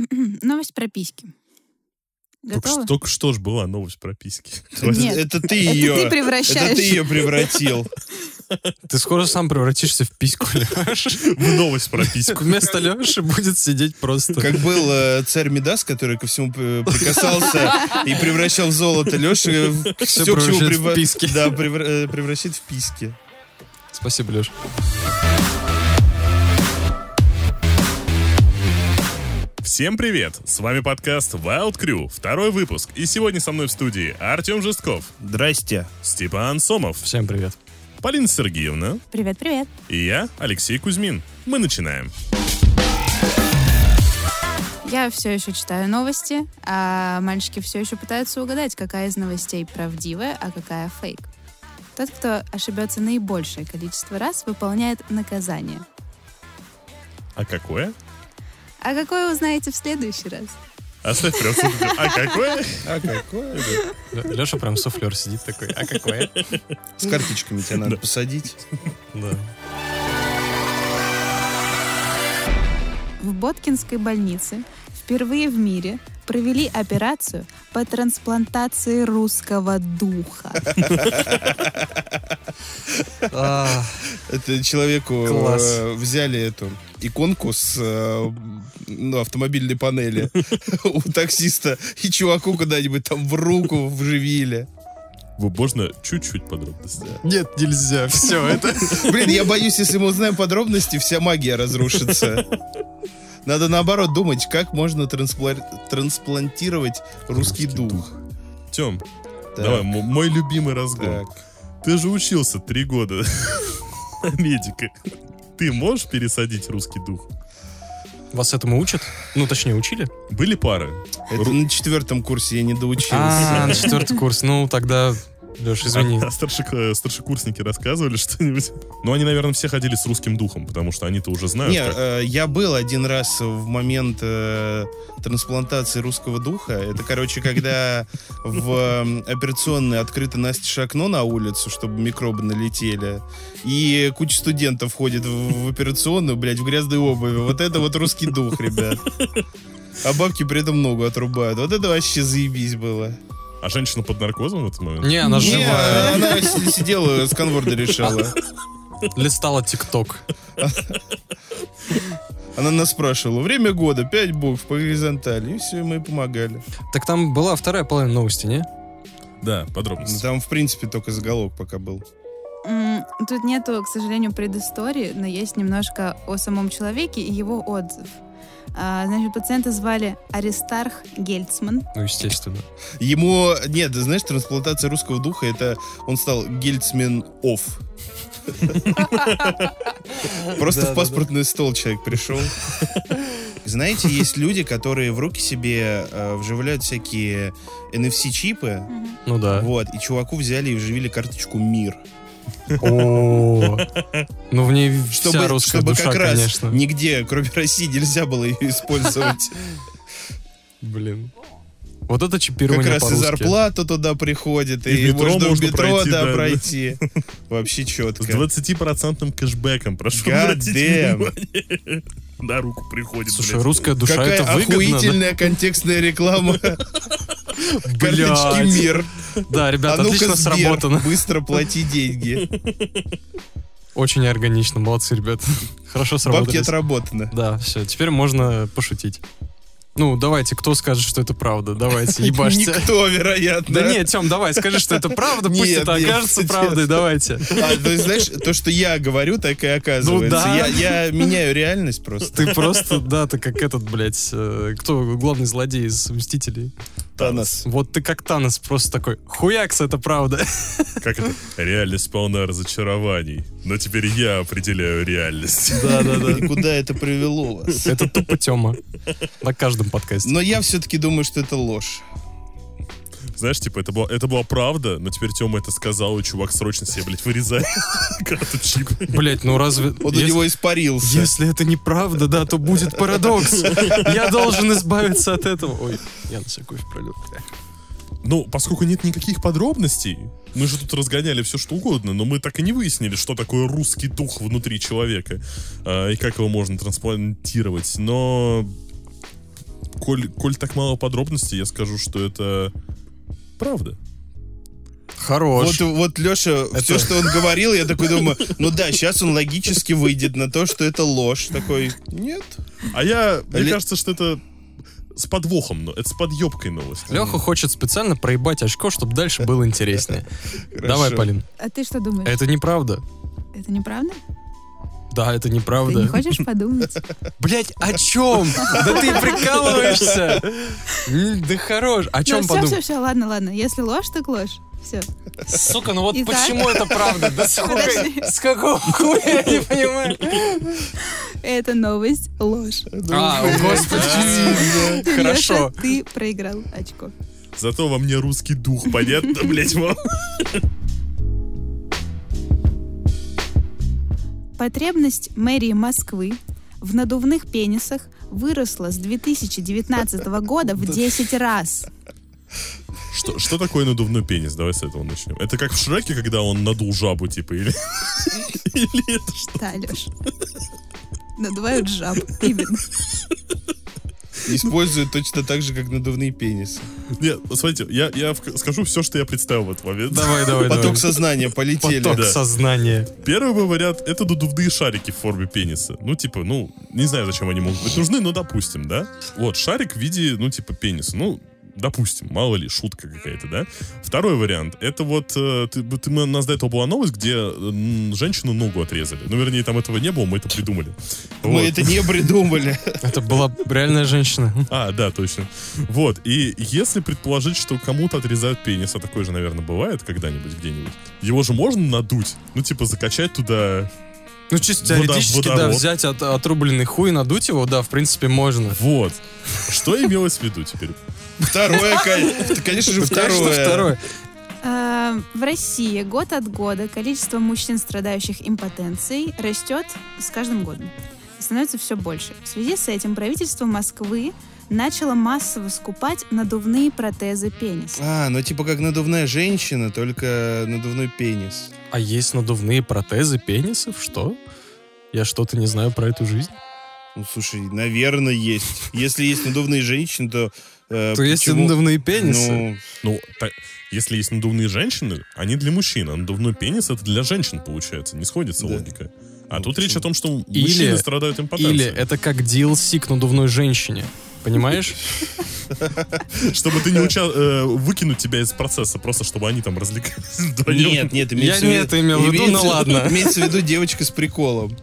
Новость про письки. Готовы? Только что ж была новость про письки. Нет, Это ты ее... ты превращаешь. Это ты ее превратил. Ты скоро сам превратишься в письку, Леш. В новость про письку. Вместо Леши будет сидеть просто... Как был царь Мидас, который ко всему прикасался и превращал в золото. Леша все, к чему превращает в писки. Да, превращает в писки. Спасибо, Леш. Всем привет! С вами подкаст Wild Crew, второй выпуск. И сегодня со мной в студии Артем Жестков, Здрасте. Степан Сомов, Всем привет. Полина Сергеевна Привет-привет. и я, Алексей Кузьмин. Мы начинаем. Я все еще читаю новости, а мальчики все еще пытаются угадать, какая из новостей правдивая, а какая фейк. Тот, кто ошибется наибольшее количество раз, выполняет наказание. А какое? А какое узнаете в следующий раз? Оставь прям суфлер. А какое? А какое? Леша прям суфлер сидит такой. А какое? С карточками тебя надо посадить. Да. В Боткинской больнице впервые в мире провели операцию по трансплантации русского духа. Это человеку взяли эту иконку с автомобильной панели у таксиста и чуваку куда-нибудь там в руку вживили. Можно чуть-чуть подробностей? Нет, нельзя. Все, это... Блин, я боюсь, если мы узнаем подробности, вся магия разрушится. Надо наоборот думать, как можно трансплантировать русский дух. Тём, Так. давай, мой любимый разгон. Так. Ты же учился 3 года на медика. Ты можешь пересадить русский дух? Вас этому учат? Ну, точнее, учили? Были пары. Это на 4 курсе я не А, доучился. на 4 курс. Ну, тогда, Леш, извини. А старшекурсники рассказывали что-нибудь? Ну, они, наверное, все ходили с русским духом, потому что они-то уже знают, как... Не, я был один раз в момент трансплантации русского духа. Это, короче, когда в операционной открыто настежь окно на улицу, чтобы микробы налетели, и куча студентов ходит в операционную, блядь, в грязной обуви. Вот это вот русский дух, ребят. А бабки при этом ногу отрубают. Вот это вообще заебись было. А женщина под наркозом в этот момент? Не, она Не, живая. она сидела, сканворды решала. Листала ТикТок. Она нас спрашивала, время года, 5 букв по горизонтали, и все, мы ей помогали. Так там была вторая половина новости, не? Да, Ну, подробности. там, в принципе, только заголовок пока был. Тут нету, к сожалению, предыстории, но есть немножко о самом человеке и его отзыв. Значит, пациента звали Аристарх Гельцман. Ну, естественно. Ему, нет, ты знаешь, трансплантация русского духа, это он стал Гельцмен-офф. Просто в паспортный стол человек пришел. Знаете, есть люди, которые в руки себе вживляют всякие NFC-чипы, Ну да. вот, и чуваку взяли и вживили карточку МИР. О, ну в ней вся Чтобы русская душа, как раз конечно. нигде, кроме России, нельзя было ее использовать. Блин. Вот это Как чипирование раз и по-русски. зарплата туда приходит, И в и метро можно в можно метро, пройти, да, да. пройти. Вообще С четко. 20% кэшбэком, прошу God обратить damn. внимание. На руку приходит, Слушай, блядь. русская душа, Какая это выгодно. охуительная контекстная реклама карточки Блядь. МИР. Да, ребят, А ну-ка, отлично Сбер, сработано. быстро плати деньги. Очень органично, молодцы, ребят. Хорошо Бабки сработали. отработаны. Да, все, теперь можно пошутить. Ну, давайте, кто скажет, что это правда? Давайте, ебашьте. Никто, вероятно. Да нет, Тём, давай, скажи, что это правда, пусть Нет, это нет, окажется нет. правдой, давайте. То есть, знаешь, то, что я говорю, так и оказывается. Ну да. Я меняю реальность просто. Ты просто, да, ты как этот, блядь, кто главный злодей из «Мстителей»? Танос. Вот ты как Танос, просто такой, хуякс, это правда. Как это? Реальность полна разочарований. Но теперь я определяю реальность. Да-да-да. И куда это привело вас? Это тупо Тёма. На каждом подкасте. Но я все-таки думаю, что это ложь. Знаешь, типа, это была правда, но теперь Тёма это сказал, и чувак срочно себе, блядь, вырезает карту чип. Блять, ну разве... Он у него испарился. Если это неправда, да, то будет парадокс. Я должен избавиться от этого. Ой, я на себя кофе пролил. Ну, поскольку нет никаких подробностей, мы же тут разгоняли все что угодно, но мы так и не выяснили, что такое русский дух внутри человека и как его можно трансплантировать. Но коль так мало подробностей, я скажу, что это правда. Хорош. Вот Леша, все, что он говорил, я такой думаю, ну да, сейчас он логически выйдет на то, что это ложь. Такой, нет. Мне кажется, что это с подвохом, но это с подъебкой новость. Леха хочет специально проебать очко, чтобы дальше было интереснее. Давай, Полин. А ты что думаешь? Это неправда. Это неправда? Да, это Ты неправда. не хочешь подумать? Блять, о чем? Да ты прикалываешься. Да хорош. О чем подумать? Все, ладно. Если ложь, так ложь. Все. Сука, ну вот Итак. почему это правда? Да Подожди. с какого хуя, я не понимаю. Это новость ложь. Господи. Хорошо. Леша, ты проиграл очко. Зато во мне русский дух, понятно, блять, вам? Потребность мэрии Москвы в надувных пенисах выросла с 2019 года в 10 раз. Что такое надувной пенис? Давай с этого начнем. Это как в Шреке, когда он надул жабу, типа, или это что? Да, Леш. Надувают жаб. Именно. Используют точно так же, как надувные пенисы. Нет, смотрите, я скажу все, что я представил в этот момент. Давай. Поток сознания, полетели. Поток Да. сознания. Первый вариант — это надувные шарики в форме пениса. Ну, типа, не знаю, зачем они могут быть нужны, но допустим, да? Вот, шарик в виде, типа, пениса. Допустим, мало ли, шутка какая-то, да? Второй вариант, это вот, у нас до этого была новость, где женщину ногу отрезали. Вернее, там этого не было, мы это придумали. Мы Вот. это не придумали. Это была реальная женщина. Да, точно. Вот, и если предположить, что кому-то отрезают пенис, а такое же, наверное, бывает когда-нибудь, где-нибудь, его же можно надуть, закачать туда... Ну, чисто теоретически, да, водород. взять отрубленный хуй и надуть его, да, в принципе, можно. Вот. Что имелось в виду теперь? Второе, конечно же, второе. В России год от года количество мужчин, страдающих импотенцией, растет с каждым годом. И становится все больше. В связи с этим правительство Москвы начало массово скупать надувные протезы пениса. Типа как надувная женщина, только надувной пенис. А есть надувные протезы пенисов? Что? Я что-то не знаю про эту жизнь. Слушай, наверное, есть. Если есть надувные женщины, то... То есть и надувные пенисы? Если есть надувные женщины, они для мужчин, а надувной пенис — это для женщин, получается. Не сходится логика. А тут речь о том, что мужчины страдают импотенцией. Или это как DLC к надувной женщине. Понимаешь? Чтобы ты не выкинуть тебя из процесса, просто чтобы они там развлекались вдвоем. Нет, Я не это имел в виду, но ладно. Имеется в виду девочка с приколом.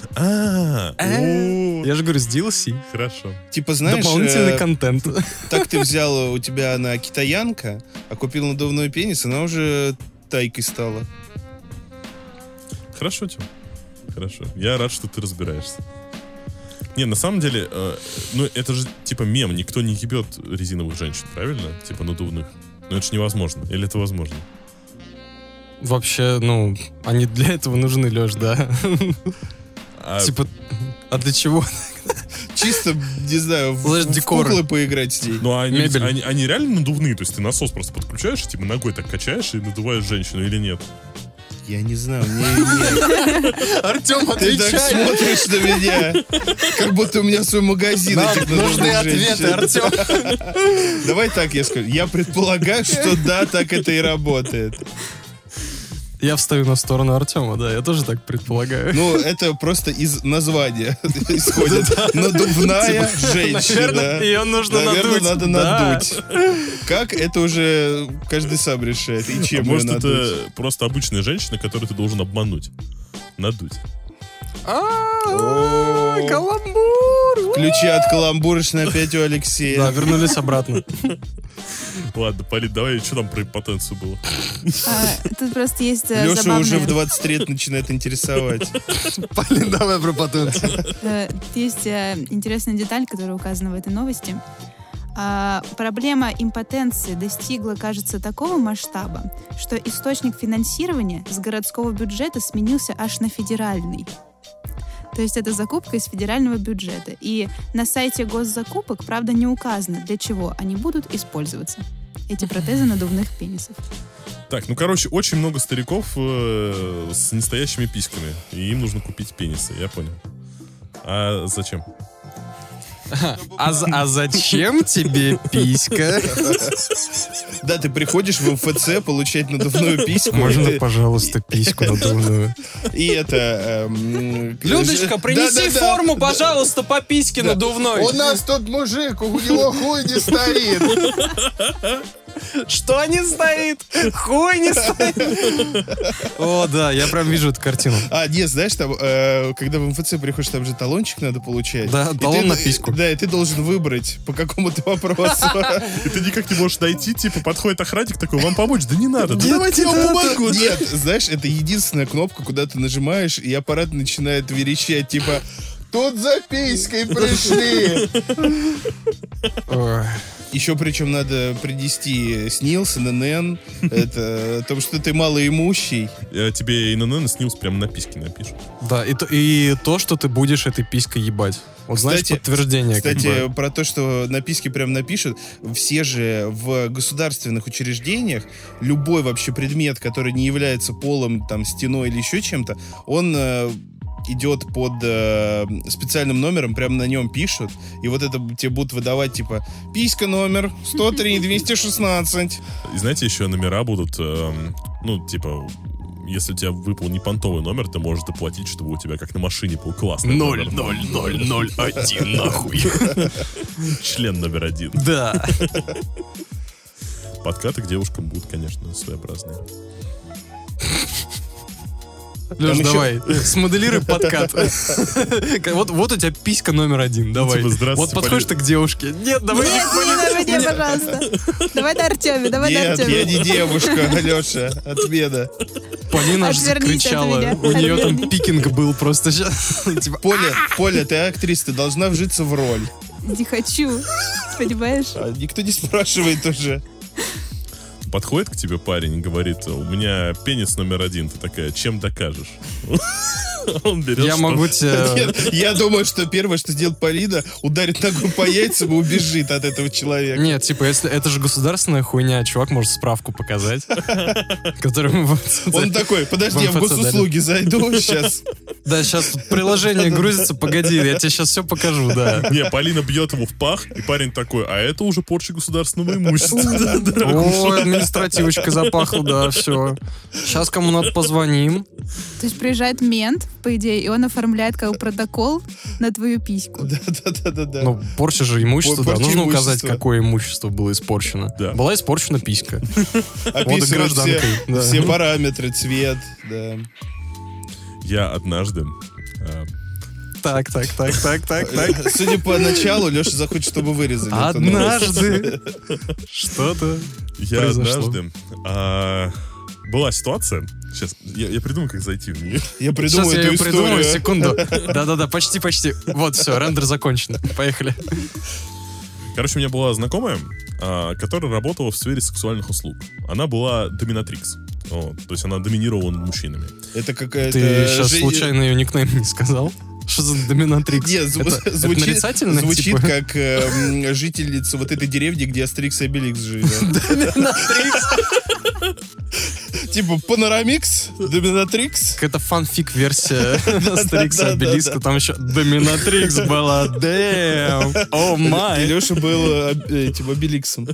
Я же говорю, с DLC. Хорошо. Типа, знаешь... Дополнительный контент. Так ты взял, у тебя она китаянка, а купил надувной пенис, она уже тайкой стала. Хорошо, Тим. Хорошо. Я рад, что ты разбираешься. Не, на самом деле, это же типа мем. Никто не ебет резиновых женщин, правильно? Типа надувных. Но это же невозможно. Или это возможно? Вообще, они для этого нужны, Леш, да? Типа, а для чего? Чисто, не знаю, в декор. куклы поиграть с ней. Ну, они реально надувные? То есть ты насос просто подключаешь, типа ногой так качаешь и надуваешь женщину или нет? Я не знаю, мне... Артем, Ты так отвечай! смотришь на меня, как будто у меня свой магазин этих Нужны надувных ответы, женщин. Артем. Давай так я скажу. Я предполагаю, что да, так это и работает. Я встаю на сторону Артема, да, я тоже так предполагаю. Ну, это просто из названия исходит. Надувная женщина. Наверное, ее нужно Наверное, надуть. надо Да. надуть. Как, это уже каждый сам решает. И чем ее Может, надуть. это просто обычная женщина, которую ты должен обмануть. Надуть. Каламбур! Ключи от каламбурочной опять у Алексея. Да, вернулись обратно. Ладно, Полин, давай, что там про импотенцию было? Тут просто есть Леша уже в забавная... 20 лет начинает интересовать. Полин, давай про потенцию. Есть интересная деталь, которая указана в этой новости. Проблема импотенции достигла, кажется, такого масштаба, что источник финансирования с городского бюджета сменился аж на федеральный. То есть это закупка из федерального бюджета. И на сайте госзакупок, правда, не указано, для чего они будут использоваться. Эти протезы надувных пенисов. Так, очень много стариков с настоящими письками. И им нужно купить пенисы, я понял. А зачем? А зачем тебе писька? Да, ты приходишь в МФЦ получать надувную письку. Можно, пожалуйста, письку надувную? И это... Людочка, принеси форму, пожалуйста, по письке надувной. У нас тут мужик, у него хуй не стоит. Что не стоит? Хуй не стоит. О, да, я прям вижу эту картину. Нет, знаешь, там, когда в МФЦ приходишь, там же талончик надо получать. Да, талон на письку. Да, и ты должен выбрать по какому-то вопросу. И ты никак не можешь найти, типа, подходит охранник такой, вам помочь? Да не надо, давайте я вам помогу. Нет, знаешь, это единственная кнопка, куда ты нажимаешь, и аппарат начинает верещать, типа... Тут за писькой пришли. Еще причем надо принести СНИЛС, ННН. Это о том, что ты малоимущий. Тебе ННН и СНИЛС прям на письке напишут. Да, и то, что ты будешь этой писькой ебать. Вот, знаешь, подтверждение. Кстати, про то, что на писке прям напишут, все же в государственных учреждениях любой вообще предмет, который не является полом, там, стеной или еще чем-то, он... идет под специальным номером, прямо на нем пишут, и вот это тебе будут выдавать, типа, писька номер 103-216. И знаете, еще номера будут, типа, если у тебя выпал непонтовый номер, ты можешь доплатить, чтобы у тебя как на машине был классный 00001, нахуй. Член номер 1. Да. Подкаты к девушкам будут, конечно, своеобразные. Леш, давай, смоделируй подкат. Вот у тебя писька номер 1, давай. Вот подходишь ты к девушке. Нет, давай. Нет, не мне, пожалуйста. Давай на Артеме, Нет, я не девушка, Леша, отмена. Полина аж закричала. У нее там пикинг был просто сейчас. Поля, ты актриса, ты должна вжиться в роль. Не хочу, понимаешь? Никто не спрашивает уже. Подходит к тебе парень и говорит, у меня пенис номер 1. Ты такая, чем докажешь? Он берет. Я могу тебе... Я думаю, что первое, что сделает Полина, ударит ногой по яйцам и убежит от этого человека. Нет, типа, если это же государственная хуйня, чувак может справку показать. Он такой, подожди, я в госуслуги зайду сейчас. Да, сейчас тут приложение грузится, погоди, я тебе сейчас все покажу, да. Не, Полина бьет его в пах, и парень такой, а это уже порча государственного имущества. О, административочка запахла, да, все. Сейчас кому надо позвоним. То есть приезжает мент, по идее, и он оформляет как бы протокол на твою письку. Да. Ну, порча же имущества, да. Нужно указать, имущества. какое имущество было испорчено. Да. Была испорчена писька. Описывают все параметры, цвет, да. Я однажды... Так. Судя по началу, Леша захочет, чтобы вырезали эту новость. Однажды что-то Я произошло. однажды... Была ситуация... Сейчас, я придумаю, как зайти в нее. Я Сейчас придумаю я эту ее придумаю, историю. секунду. Да, почти. Вот, все, рендер закончен. Поехали. Короче, у меня была знакомая, которая работала в сфере сексуальных услуг. Она была доминатрикс. Вот, то есть она доминировала над мужчинами. Это какая-то... Ты сейчас случайно ее никнейм не сказал? Что за доминатрикс? Нет, это нарицательно? звучит типа? как жительница вот этой деревни, где Астерикс и Обеликс жили. Доминатрикс. Типа Панорамикс, Доминатрикс. Какая-то фанфик-версия Астерикса Обелиска. Там еще Доминатрикс была. Дэм. О И май. Леша был этим Обеликсом.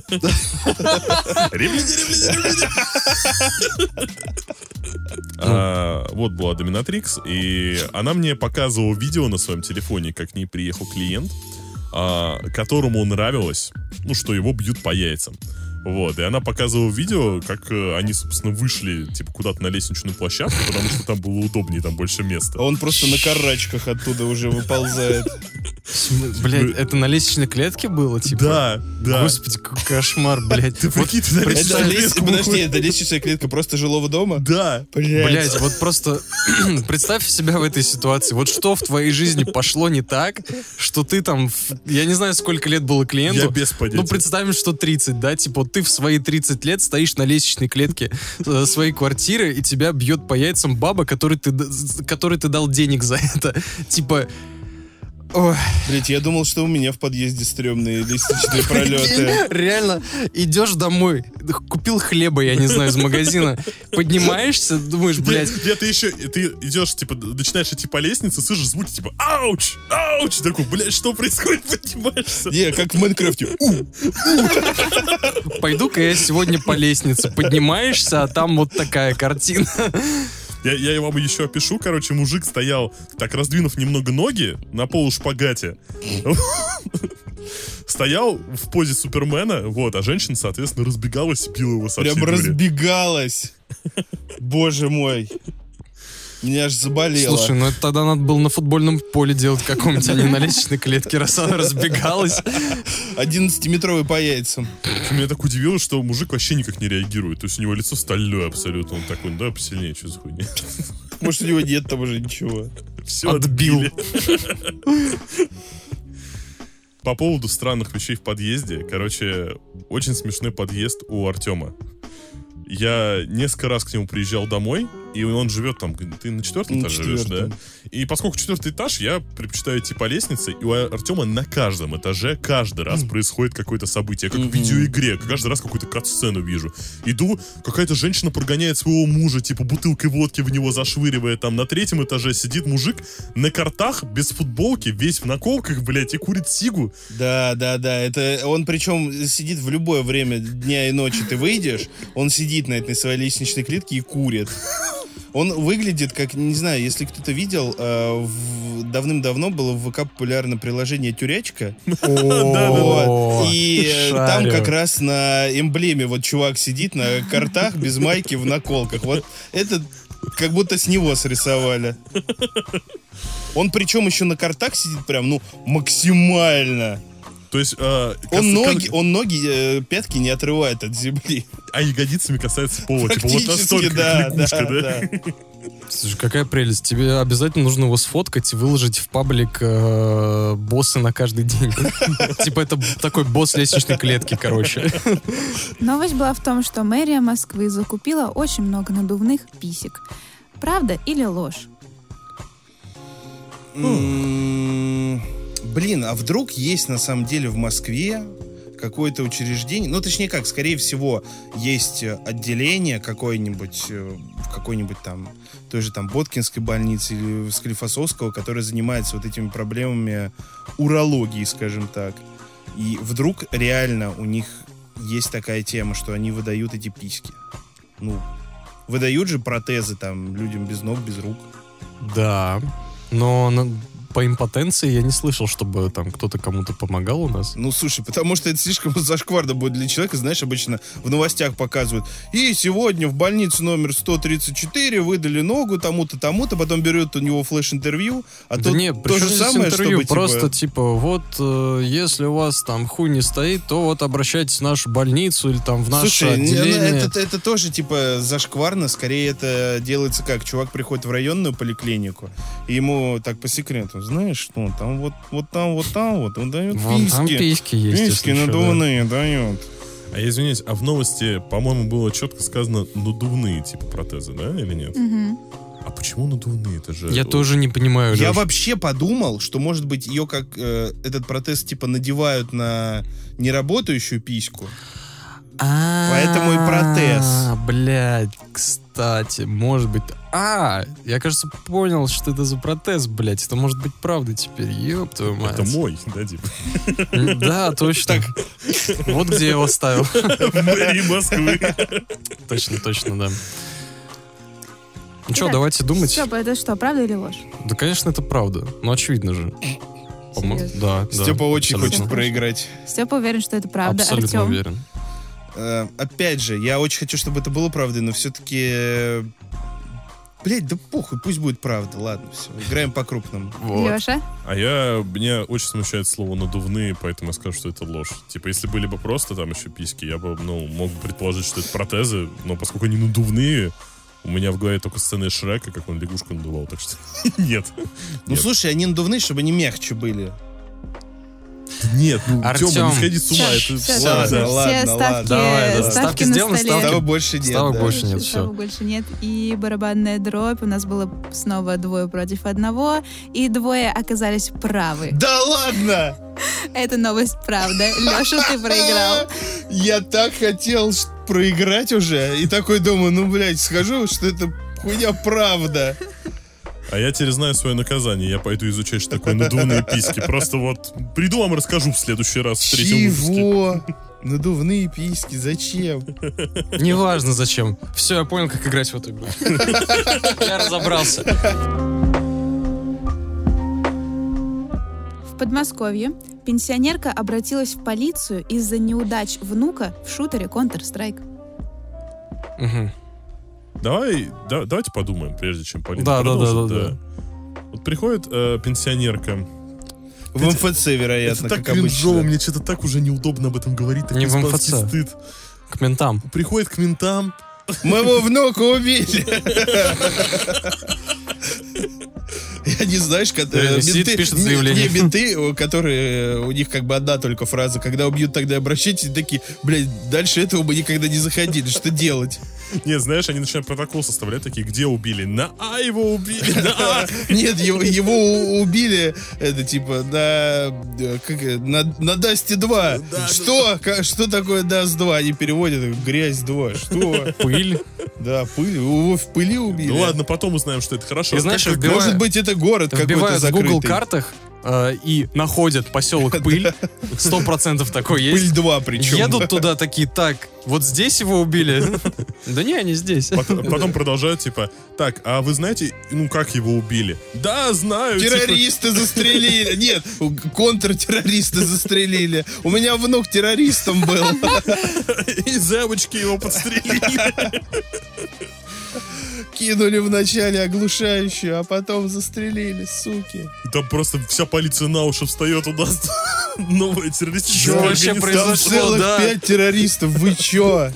Вот была доминатрикс, и она мне показывала видео на своем телефоне, как к ней приехал клиент, которому нравилось, что его бьют по яйцам. Вот, и она показывала видео, как они, собственно, вышли, типа, куда-то на лестничную площадку, потому что там было удобнее, там больше места. А он просто на карачках оттуда уже выползает. Блядь, это на лестничной клетке было, типа? Да. Господи, какой кошмар, блядь. Ты прикинь, ты на лестничную клетку Подожди, это лестничная клетка просто жилого дома? Да. Блядь, вот просто представь себя в этой ситуации. Вот что в твоей жизни пошло не так, что ты там, я не знаю, сколько лет было клиенту. Я без понятия. Ну, представим, что 30, да? Типа, ты в свои 30 лет стоишь на лестничной клетке своей квартиры, и тебя бьет по яйцам баба, которой ты дал денег за это. Типа, Ой. Блять, я думал, что у меня в подъезде стрёмные лестничные пролеты. Реально, идешь домой, купил хлеба, я не знаю, из магазина, поднимаешься, думаешь, блядь, Ты идешь, типа, начинаешь идти по лестнице, слышишь звуки, типа, ауч, ауч, такой, блядь, что происходит, поднимаешься. Не, как в Майнкрафте. пойду-ка я сегодня по лестнице, поднимаешься, а там вот такая картина. Я вам еще опишу, короче, мужик стоял, так, раздвинув немного ноги на полушпагате. Стоял в позе Супермена, вот, а женщина, соответственно, разбегалась и била его со всей Прям дури. разбегалась. Боже мой. Меня аж заболело. Слушай, ну это тогда надо было на футбольном поле делать каком-нибудь, а не на лестничной клетке, раз она разбегалась. 11-метровый по яйцам. Меня так удивило, что мужик вообще никак не реагирует. То есть у него лицо стальное абсолютно. Он такой, да, посильнее, что за хуйня. Может, у него нет там уже ничего. Все Отбил. отбили. По поводу странных вещей в подъезде. Короче, очень смешной подъезд у Артема. Я несколько раз к нему приезжал домой, и он живет там, ты на 4-м этаже живешь, да? И поскольку 4-й этаж, я предпочитаю идти по лестнице, и у Артема на каждом этаже каждый раз происходит какое-то событие, как в видеоигре, каждый раз какую-то кат-сцену вижу. Иду, какая-то женщина прогоняет своего мужа, типа бутылкой водки в него зашвыривая, там на 3-м этаже сидит мужик на картах, без футболки, весь в наколках, блядь, и курит сигу. Да, это он причем сидит в любое время дня и ночи. Ты выйдешь, он сидит на этой своей лестничной клетке и курит. Он выглядит как, не знаю, если кто-то видел, давным-давно было в ВК популярное приложение «Тюрячка». Вот. И там как раз на эмблеме вот чувак сидит на картах без майки в наколках. Вот это как будто с него срисовали. Он причем еще на картах сидит прям, ну, максимально. То есть... Он ноги, пятки не отрывает от земли. А ягодицами касается пола. Типа вот настолько лягушка, да? Слушай, какая прелесть. Тебе обязательно нужно его сфоткать и выложить в паблик боссы на каждый день. Типа это такой босс лестничной клетки, короче. Новость была в том, что мэрия Москвы закупила очень много надувных писек. Правда или ложь? Блин, а вдруг есть на самом деле в Москве какое-то учреждение, ну, точнее как, скорее всего, есть отделение какое-нибудь, в какой-нибудь там, той же там Боткинской больнице или Склифосовского, которое занимается вот этими проблемами урологии, скажем так. И вдруг реально у них есть такая тема, что они выдают эти письки. Ну, выдают же протезы там людям без ног, без рук. Да, но... По импотенции я не слышал, чтобы там кто-то кому-то помогал у нас. Ну, слушай, потому что это слишком зашкварно будет для человека. Знаешь, обычно в новостях показывают. И сегодня в больницу номер 134 выдали ногу тому-то, тому-то. Потом берет у него флеш-интервью. А да тут нет, то же самое, интервью, чтобы, просто типа вот, если у вас там хуй не стоит, то вот обращайтесь в нашу больницу или там в наше слушай, отделение. Это тоже типа зашкварно. Скорее это делается как? Чувак приходит в районную поликлинику, и ему так по секрету. Знаешь что, там вот там он дает Вон письки. там письки есть. Письки надувные дает. А я извиняюсь, а в новости, по-моему, было четко сказано надувные типа протезы, да, или нет? А почему надувные? Это же... Я тоже не понимаю. Я Леш. вообще подумал, что, может быть, ее как этот протез типа надевают на неработающую письку. Поэтому и протез. Блядь, кстати, может быть... я, кажется, понял, что это за протез, блядь. Это может быть правда теперь, ёб твою мать. Это мой, да, типа? Да, точно. Вот где я его ставил. В мэрии Москвы. Точно, да. Ну что, Итак, давайте думать. Степа, это что, правда или ложь? Да, конечно, это правда. Ну, очевидно же. Серьезно? Да. Степа очень абсолютно. хочет проиграть. Степа уверен, что это правда. Абсолютно Артем? уверен. Опять же, я очень хочу, чтобы это было правдой, но все-таки... Блять, да похуй, пусть будет правда. Ладно, все, играем по-крупному. Вот. Леша? А меня очень смущает слово надувные, поэтому я скажу, что это ложь. Типа, если были бы просто там еще письки, я бы, мог бы предположить, что это протезы, но поскольку они надувные, у меня в голове только сцена из Шрека, как он лягушку надувал, так что нет. Ну, слушай, они надувные, чтобы они мягче были. Нет, ну, Артем. Тёма, не сходи с ума. Всё, Это всё, всё, ладно, все ладно, ставки, ладно. Давай, да. ставки Ставки на сделаны, столе. ставки. Ставок больше нет. Ставок да. больше нет, Ставок все. больше нет. И барабанная дробь. У нас было снова 2 против 1. И 2 оказались правы. Да ладно! Это новость правда. Леша, ты проиграл. Я так хотел проиграть уже. И такой думаю, ну, блядь, скажу, что это хуйня правда. А я теперь знаю свое наказание. Я пойду изучать, что такое надувные письки. Просто вот приду вам расскажу в следующий раз, в 3-м выпуске. Чего? Надувные письки, зачем? Неважно зачем. Все, я понял, как играть в эту игру. Я разобрался. В Подмосковье пенсионерка обратилась в полицию из-за неудач внука в шутере Counter-Strike. Мгм. Давайте подумаем, прежде чем Полина Да. продолжит. Вот приходит пенсионерка. В МФЦ, вероятно, Это так как кринжово, обычно. мне что-то так уже неудобно об этом говорить. Так Не в испанский МФЦ. стыд. К ментам. Приходит к ментам. Моего внука убили. Я не знаешь, Сидит, пишет заявление. Не, менты, которые, у них как бы одна только фраза, когда убьют, тогда обращайтесь, и такие, блядь, дальше этого мы никогда не заходили, что делать? Нет, знаешь, они начинают протокол составлять, такие, где убили? На А его убили, на А. Нет, его убили, это типа, на Дасте 2. Что такое Даст 2? Они переводят, грязь 2. Что? Пыль. Да, пыль, его в пыли убили. Ну ладно, потом узнаем, что это хорошо. И знаешь, Как- вбиваю- Может быть, это город какой-то Вбивают в закрытый. Google картах и находят поселок Пыль. 100% такой есть. Пыль 2 причем. Едут туда такие, так, вот здесь его убили. Да не, они здесь. Потом продолжают, типа, так, а вы знаете, ну, как его убили? Да, знаю. типа, Террористы застрелили. Нет, контртеррористы застрелили. У меня внук террористом был. И девочки его подстрелили. Кинули вначале оглушающую, а потом застрелили, суки. И там просто вся полиция на уши встает у нас. Новая террористическая Что вообще организация. Там произошло? целых да. 5 террористов, вы чё?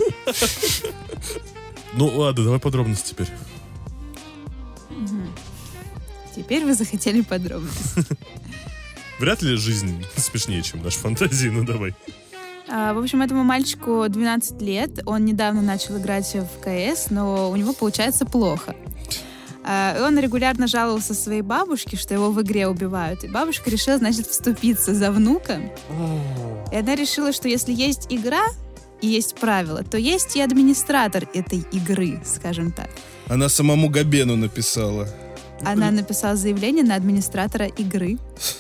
Ну ладно, давай подробности теперь. Теперь вы захотели подробности. Вряд ли жизнь смешнее, чем наши фантазии, ну давай. В общем, этому мальчику 12 лет. Он недавно начал играть в КС, но у него получается плохо. И он регулярно жаловался своей бабушке, что его в игре убивают. И бабушка решила, значит, вступиться за внука. И она решила, что если есть игра и есть правила, то есть и администратор этой игры, скажем так. Она самому Габену написала. Она написала заявление на администратора игры.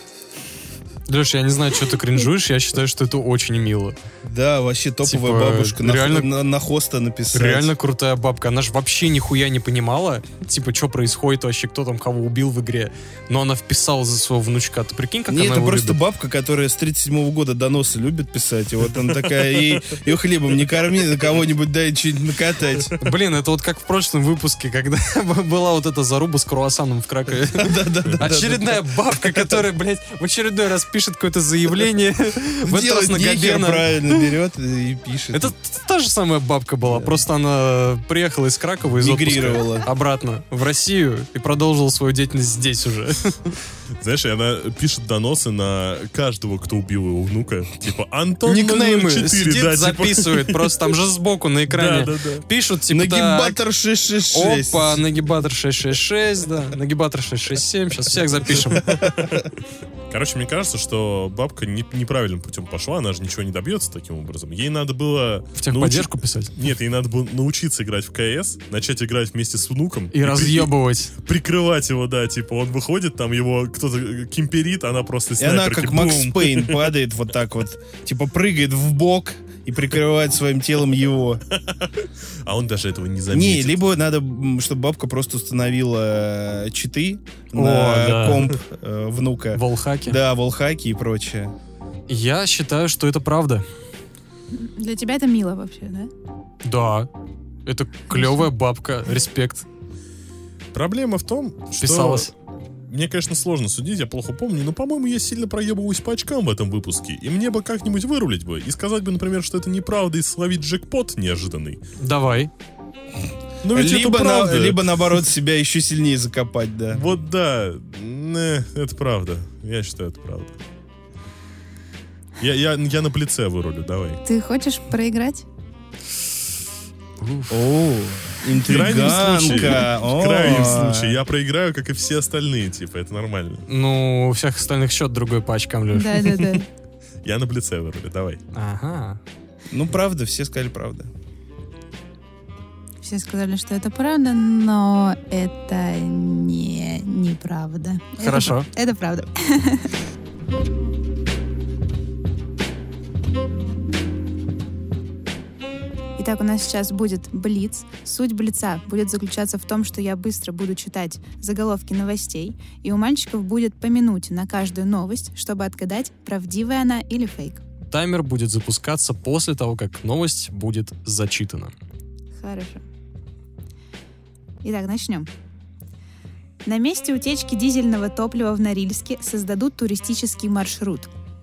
Леш, я не знаю, что ты кринжуешь, я считаю, что это очень мило. Да, вообще топовая Типа, бабушка. реально- На хоста написать. Реально крутая бабка. Она же вообще нихуя не понимала, типа, что происходит вообще, кто там кого убил в игре. Но она вписала за своего внучка. Ты прикинь, как Не, она это его просто любит? бабка, которая с 37-го года доносы любит писать. И вот она такая, ее хлебом не корми, на кого-нибудь дай что-нибудь накатать. Блин, это вот как в прошлом выпуске, когда была вот эта заруба с круассаном в Кракове. Очередная бабка, которая, блядь, в очередной раз пишет какое-то заявление. В этот раз Делать на нехер, Габена. правильно берет и пишет. Это та же самая бабка была, просто она приехала из Кракова, из Мигрировала. отпуска обратно в Россию и продолжила свою деятельность здесь уже. Знаешь, и она пишет доносы на каждого, кто убил его внука. Типа, Антон Никнеймы 04, сидит, да, типа. записывает, просто там же сбоку на экране. Да. Пишут, типа, Нагибатор так, 666. опа, нагибатор 666, да, нагибатор 667, сейчас всех запишем. Короче, мне кажется, что бабка неправильным путем пошла, она же ничего не добьется таким образом. Ей надо было... В техподдержку писать. Нет, ей надо было научиться играть в КС, начать играть вместе с внуком. И разъебывать. Прикрывать его, да, типа, он выходит, там его кто-то кимперит, она просто из И она снайперки, как Макс бум. Пейн падает вот так вот. Типа прыгает в бок и прикрывает своим телом его. А он даже этого не Не, заметит. либо надо, чтобы бабка просто установила читы О, на да. комп внука. Волхаки. Да, волхаки и прочее. Я считаю, что это правда. Для тебя это мило вообще, да? Да. Это клевая бабка. Респект. Проблема в том, что... Вписалась. Мне, конечно, сложно судить, я плохо помню, но, по-моему, я сильно проебываюсь по очкам в этом выпуске. И мне бы как-нибудь вырулить бы и сказать бы, например, что это неправда и словить джекпот неожиданный. Давай. Но ведь это правда. Либо наоборот себя еще сильнее закопать, да. Вот да, это правда. Я считаю, это правда. Я на плице вырулю, давай. Ты хочешь проиграть? О, В крайнем интриганка. случае я проиграю, как и все остальные, типа, это нормально. Ну, у всех остальных счет другой пачкам, Леш. Да. Я на плице вырулю, давай. Ага. Ну, правда, все сказали правду. Все сказали, что это правда, но это неправда. Хорошо. Это правда. Итак, у нас сейчас будет блиц. Суть блица будет заключаться в том, что я быстро буду читать заголовки новостей, и у мальчиков будет по минуте на каждую новость, чтобы отгадать, правдивая она или фейк. Таймер будет запускаться после того, как новость будет зачитана. Хорошо. Итак, начнем. На месте утечки дизельного топлива в Норильске создадут туристический маршрут.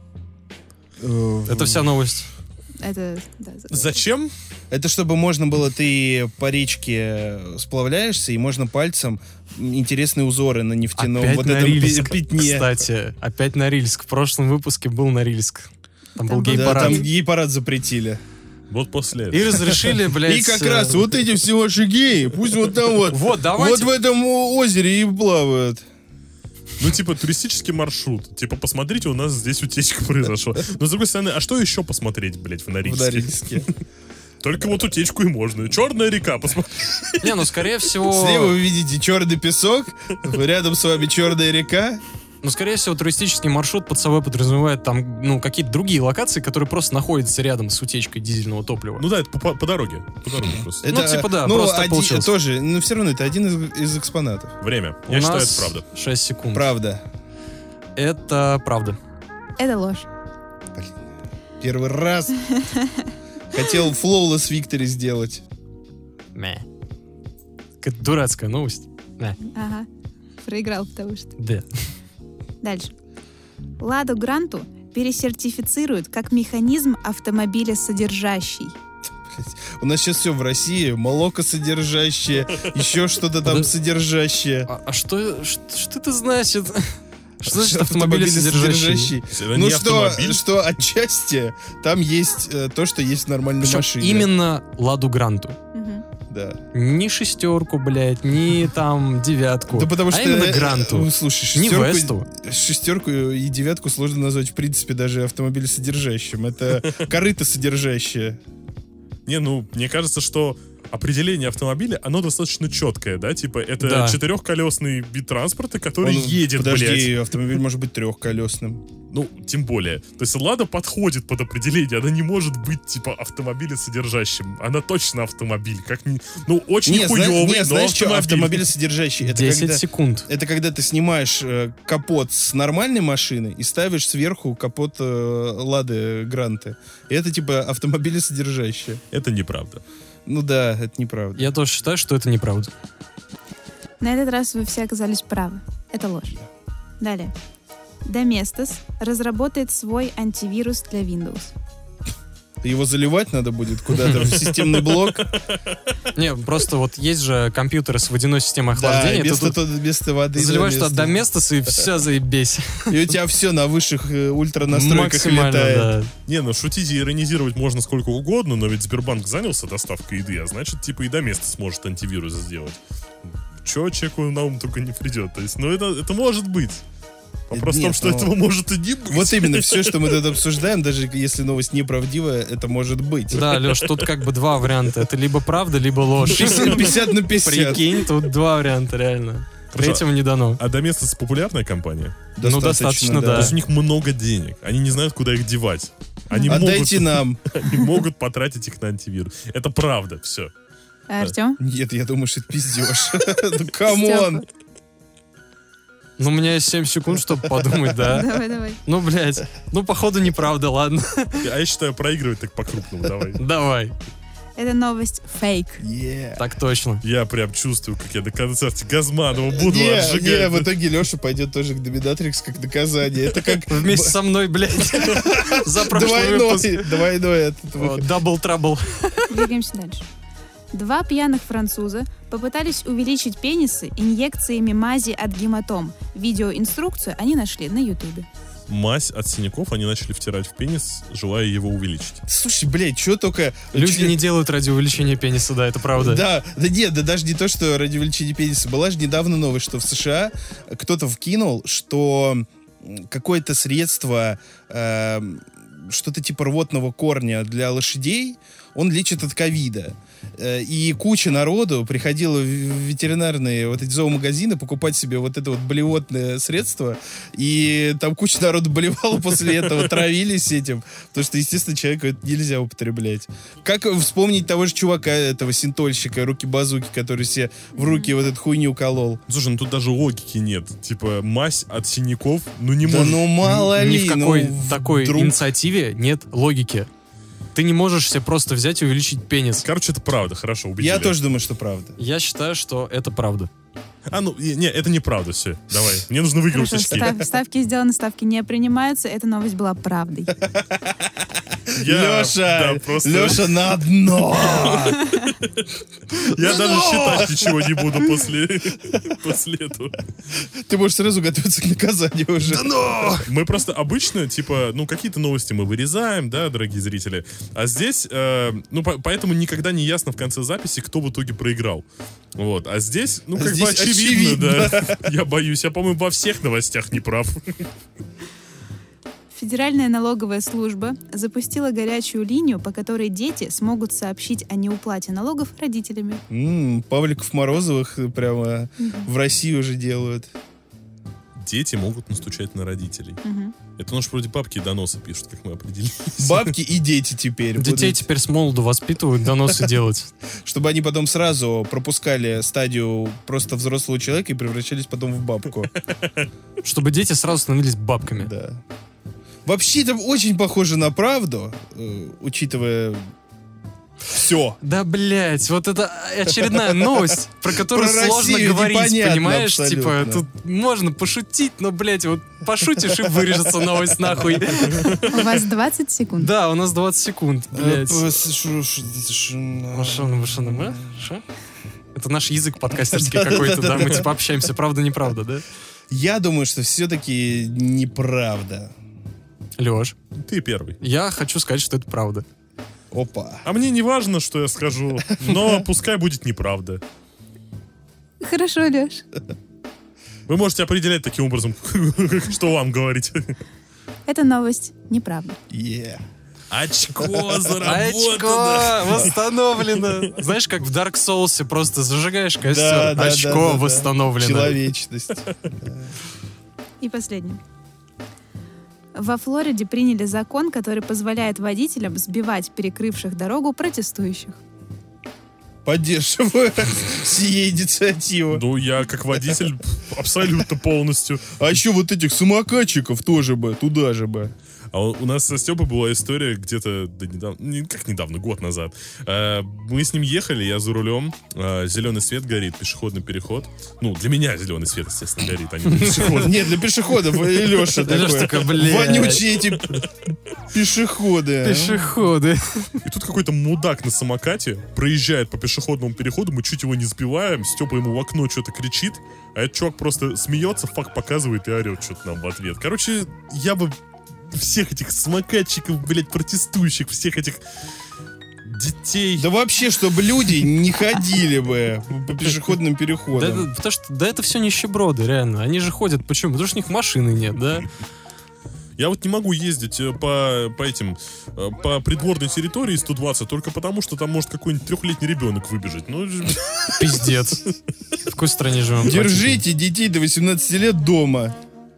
Это вся новость. Это, да, Зачем? Это чтобы можно было, ты по речке сплавляешься, и можно пальцем интересные узоры на нефтяном Опять вот Норильск, этом пятне. кстати. Опять Норильск. В прошлом выпуске был Норильск. Там был Там был гей-парад. Да, там гей-парад запретили. Вот после И этого. разрешили, блядь... И как раз вот эти все ваши геи, пусть вот там вот, Вот, давайте... вот в этом озере и плавают. Ну, типа, туристический маршрут. Типа, посмотрите, у нас здесь утечка произошла. Но, с другой стороны, а что еще посмотреть, блядь, в В Норильске? Норильске. Только вот утечку и можно. Черная река, посмотри. Не, ну, скорее всего... Слева вы видите черный песок, рядом с вами черная река. Ну, скорее всего, туристический маршрут под собой подразумевает там, ну, какие-то другие локации, которые просто находятся рядом с утечкой дизельного топлива. Ну да, это по дороге. По дороге просто. Ну, типа, да, просто так получилось. тоже, но все равно это один из экспонатов. Время. У Я считаю, нас это правда. 6 секунд. Правда. Это правда. Это ложь. Первый раз хотел Flawless Victory сделать. Мэ. Какая дурацкая новость. Мэ. Ага. Проиграл, потому что. Да. Дальше. Ладу Гранту пересертифицируют как механизм автомобиля-содержащий. У нас сейчас все в России, молокосодержащее, еще что-то там содержащее. А что это значит? Что значит автомобилесодержащий? Это Ну не автомобиль. что отчасти там есть то, что есть в нормальной Причем машине. именно Ладу Гранту. Мгм. Да. Ни шестерку, блядь, ни там девятку. Да потому а что... именно Гранту. Слушай, Не Весту. шестерку и девятку сложно назвать в принципе даже автомобилесодержащим. Это корыто-содержащее. Не, ну, мне кажется, что определение автомобиля, оно достаточно четкое, да? Типа, это Да. четырехколесный вид транспорта, который едет, Подожди, блядь. автомобиль может быть трехколесным. Ну, тем более. То есть Лада подходит под определение. Она не может быть, типа, автомобилесодержащим. Она точно автомобиль. Как ни... Ну, очень хуёвый, но знаешь что, автомобиль. автомобилесодержащий? Это 10 когда... секунд. Это когда ты снимаешь капот с нормальной машины и ставишь сверху капот Лады Гранты. И это типа автомобилесодержащее. Это неправда. Ну да, это неправда. Я тоже считаю, что это неправда. На этот раз вы все оказались правы. Это ложь. Далее. Domestos разработает свой антивирус для Windows. Его заливать надо будет куда-то в системный блок. Не, просто вот есть же компьютеры с водяной системой Да, охлаждения. ты тут вместо воды. заливаешь да, туда вместо- Domestos и все, заебись. И у тебя все на высших ультра настройках Максимально, летает. да. Не, ну шутить и иронизировать можно сколько угодно, но ведь Сбербанк занялся доставкой еды, а значит, типа, и Domestos сможет антивирус сделать. Чё человеку на ум только не придет. То есть, ну, это может быть. Вопрос в том, Нет, что ну, этого может и не быть. Вот именно, все, что мы тут обсуждаем, даже если новость неправдивая, это может быть. Да, Леш, тут как бы два варианта. Это либо правда, либо ложь. 50 на 50. Прикинь, тут два варианта, реально. Хорошо. Третьего не дано. А Domestos популярная компания? Ну, достаточно, То да. есть у них много денег. Они не знают, куда их девать. Они Отдайте могут, нам. они могут потратить их на антивирус. Это правда, все. Артем? Нет, я думаю, что это пиздеж. Ну, камон. Ну, у меня есть 7 секунд, чтобы подумать, да. Давай. Ну, блядь. Ну, походу, неправда, ладно. А я считаю, проигрывать так по-крупному, давай. Давай. Это новость фейк. Так точно. Я прям чувствую, как я до концерта Газманова буду Не, отжигать. в итоге Леша пойдет тоже к Доминатрикс как наказание. Это как Вместе со мной, блядь. За прошлый выпуск. двойной этот выход. Дабл трабл. Двигаемся дальше. 2 пьяных француза попытались увеличить пенисы инъекциями мази от гематом. Видеоинструкцию они нашли на Ютубе. мазь от синяков они начали втирать в пенис, желая его увеличить. Слушай, блядь, что только... Люди не делают ради увеличения пениса, да, это правда. Да нет, да даже не то, что ради увеличения пениса. Была же недавно новость, что в США кто-то вкинул, что какое-то средство, что-то типа рвотного корня для лошадей, он лечит от ковида. И куча народу приходила в ветеринарные вот эти зоомагазины покупать себе вот это вот блевотное средство, и там куча народу болевала после этого, травились этим, потому что, естественно, человеку это нельзя употреблять. Как вспомнить того же чувака, этого синтольщика, руки-базуки, который себе в руки вот эту хуйню колол? Слушай, ну тут даже логики нет. Типа, мазь от синяков, ну не Да может... ну мало ли, Ни в какой ну, такой вдруг... инициативе нет логики. Ты не можешь себе просто взять и увеличить пенис. Короче, это правда, хорошо, убедили. Я тоже думаю, что правда. Я считаю, что это правда. Не, это неправда, все. Давай, мне нужно выиграть Хорошо, очки. ставки сделаны, ставки не принимаются. Эта новость была правдой. Леша, на дно! Я даже считать ничего не буду после этого. Ты можешь сразу готовиться к наказанию уже. Мы просто обычно, типа, ну, какие-то новости мы вырезаем, да, дорогие зрители. А здесь, поэтому никогда не ясно в конце записи, кто в итоге проиграл. Вот. А здесь, ну, как бы очевидно, да. Я боюсь. Я, по-моему, во всех новостях не прав. Федеральная налоговая служба запустила горячую линию, по которой дети смогут сообщить о неуплате налогов родителями. Павликов-Морозовых прямо в России уже делают. Дети могут настучать на родителей. Это у нас вроде бабки и доносы пишут, как мы определились. Бабки и дети теперь. Детей теперь с молоду воспитывают, доносы делать. Чтобы они потом сразу пропускали стадию просто взрослого человека и превращались потом в бабку. Чтобы дети сразу становились бабками. Да. Вообще, это очень похоже на правду, учитывая все. Да, блядь, вот это очередная новость, про которую Про сложно Россию говорить, непонятно понимаешь? абсолютно. Типа, тут можно пошутить, но, блядь, вот пошутишь и вырежется новость нахуй. У вас 20 секунд. Да, у нас 20 секунд, блядь. Шо? Шо? Это наш язык подкастерский какой-то, да? Мы типа общаемся, правда-неправда, да? Я думаю, что все-таки неправда. Леш, Ты первый. я хочу сказать, что это правда. Опа. А мне не важно, что я скажу, но пускай будет неправда. Хорошо, Леш. Вы можете определять таким образом, что вам говорить. Эта новость неправда. Очко заработано. Очко восстановлено. Знаешь, как в Dark Souls просто зажигаешь костер, очко восстановлено. Человечность. И последнее. Во Флориде приняли закон, который позволяет водителям сбивать перекрывших дорогу протестующих. Поддерживаю сие инициативу. Ну, я как водитель абсолютно полностью. А еще вот этих самокатчиков тоже бы, туда же бы. А у нас со Степой была история где-то недавно, год назад. Мы с ним ехали, я за рулем, зеленый свет горит, пешеходный переход. Ну, для меня зеленый свет, естественно, горит, а не для пешеходов. Нет, для пешеходов. И Леша такой. Вонючие эти пешеходы. Пешеходы. И тут какой-то мудак на самокате проезжает по пешеходному переходу, мы чуть его не сбиваем, Степа ему в окно что-то кричит, а этот чувак просто смеется, факт показывает и орет что-то нам в ответ. Короче, я бы всех этих самокатчиков, блядь, протестующих, всех этих детей. Да вообще, чтобы люди не ходили бы по пешеходным переходам. Да, потому что, это все нищеброды, реально. Они же ходят, почему? Потому что у них машины нет, да? Я вот не могу ездить по придворной территории 120 только потому, что там может какой-нибудь 3-летний ребенок выбежать. Ну, пиздец. В какой стране живем? Держите детей до 18 лет дома.